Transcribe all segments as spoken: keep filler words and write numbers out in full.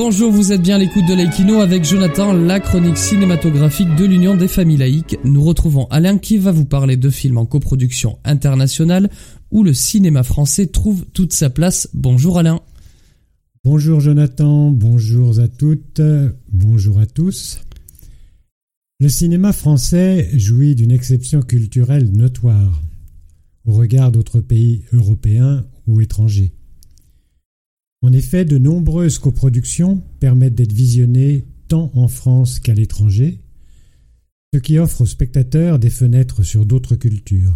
Bonjour, vous êtes bien à l'écoute de Laïkino avec Jonathan, la chronique cinématographique de l'Union des familles laïques. Nous retrouvons Alain qui va vous parler de films en coproduction internationale où le cinéma français trouve toute sa place. Bonjour Alain. Bonjour Jonathan, bonjour à toutes, bonjour à tous. Le cinéma français jouit d'une exception culturelle notoire au regard d'autres pays européens ou étrangers. En effet, de nombreuses coproductions permettent d'être visionnées tant en France qu'à l'étranger, ce qui offre aux spectateurs des fenêtres sur d'autres cultures.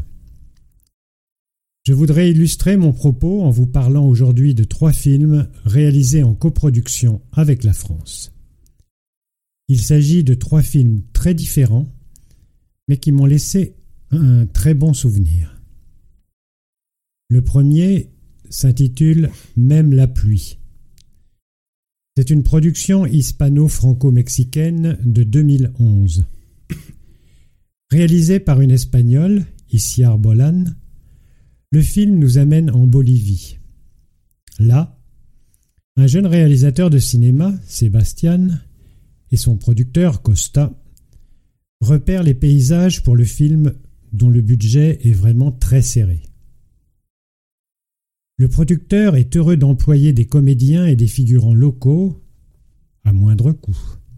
Je voudrais illustrer mon propos en vous parlant aujourd'hui de trois films réalisés en coproduction avec la France. Il s'agit de trois films très différents, mais qui m'ont laissé un très bon souvenir. Le premier s'intitule « Même la pluie ». C'est une production hispano-franco-mexicaine de deux mille onze. Réalisé par une Espagnole, Itziar Bolan, le film nous amène en Bolivie. Là, un jeune réalisateur de cinéma, Sebastián, et son producteur, Costa, repèrent les paysages pour le film dont le budget est vraiment très serré. Le producteur est heureux d'employer des comédiens et des figurants locaux à moindre coût.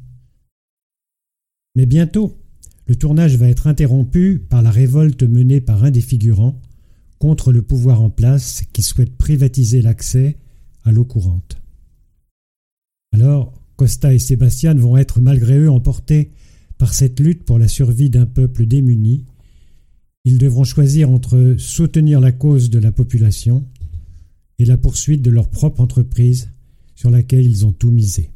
Mais bientôt, le tournage va être interrompu par la révolte menée par un des figurants contre le pouvoir en place qui souhaite privatiser l'accès à l'eau courante. Alors, Costa et Sebastián vont être malgré eux emportés par cette lutte pour la survie d'un peuple démuni. Ils devront choisir entre soutenir la cause de la population et la poursuite de leur propre entreprise sur laquelle ils ont tout misé.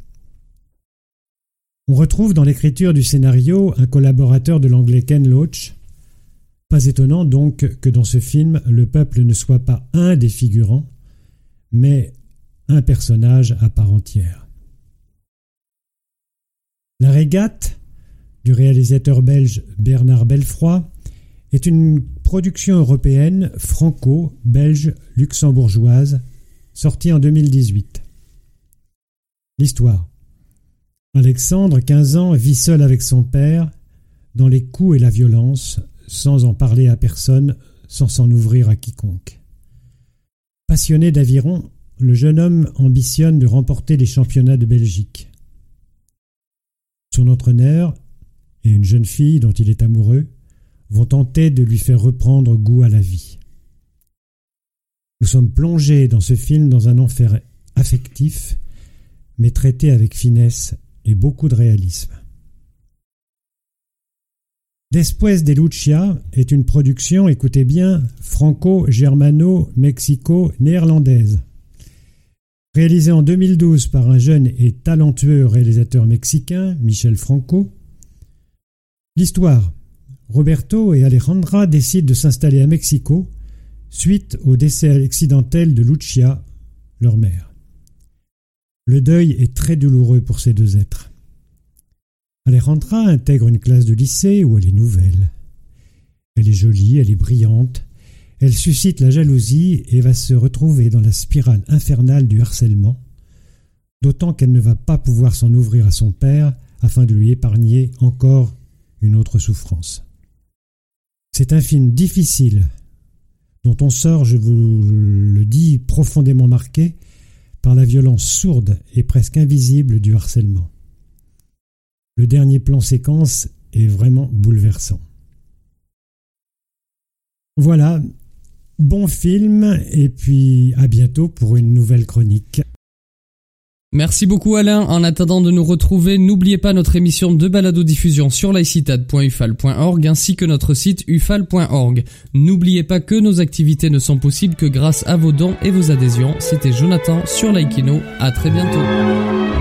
On retrouve dans l'écriture du scénario un collaborateur de l'anglais Ken Loach. Pas étonnant donc que dans ce film, le peuple ne soit pas un des figurants, mais un personnage à part entière. La Régate, du réalisateur belge Bernard Belfroy, est une production européenne franco-belge-luxembourgeoise sortie en deux mille dix-huit. L'histoire. Alexandre, quinze ans, vit seul avec son père dans les coups et la violence, sans en parler à personne, sans s'en ouvrir à quiconque. Passionné d'aviron, le jeune homme ambitionne de remporter les championnats de Belgique. Son entraîneur et une jeune fille dont il est amoureux vont tenter de lui faire reprendre goût à la vie. Nous sommes plongés dans ce film dans un enfer affectif, mais traité avec finesse et beaucoup de réalisme. Después de Lucia est une production, écoutez bien, franco-germano-mexico-néerlandaise. Réalisée en deux mille douze par un jeune et talentueux réalisateur mexicain, Michel Franco. L'histoire. Roberto et Alejandra décident de s'installer à Mexico suite au décès accidentel de Lucia, leur mère. Le deuil est très douloureux pour ces deux êtres. Alejandra intègre une classe de lycée où elle est nouvelle. Elle est jolie, elle est brillante, elle suscite la jalousie et va se retrouver dans la spirale infernale du harcèlement, d'autant qu'elle ne va pas pouvoir s'en ouvrir à son père afin de lui épargner encore une autre souffrance. C'est un film difficile, dont on sort, je vous le dis, profondément marqué par la violence sourde et presque invisible du harcèlement. Le dernier plan séquence est vraiment bouleversant. Voilà, bon film, et puis à bientôt pour une nouvelle chronique. Merci beaucoup Alain. En attendant de nous retrouver, n'oubliez pas notre émission de balado-diffusion sur laïcitad point u f a l point org ainsi que notre site u f a l point org. N'oubliez pas que nos activités ne sont possibles que grâce à vos dons et vos adhésions. C'était Jonathan sur Laïkino. À très bientôt.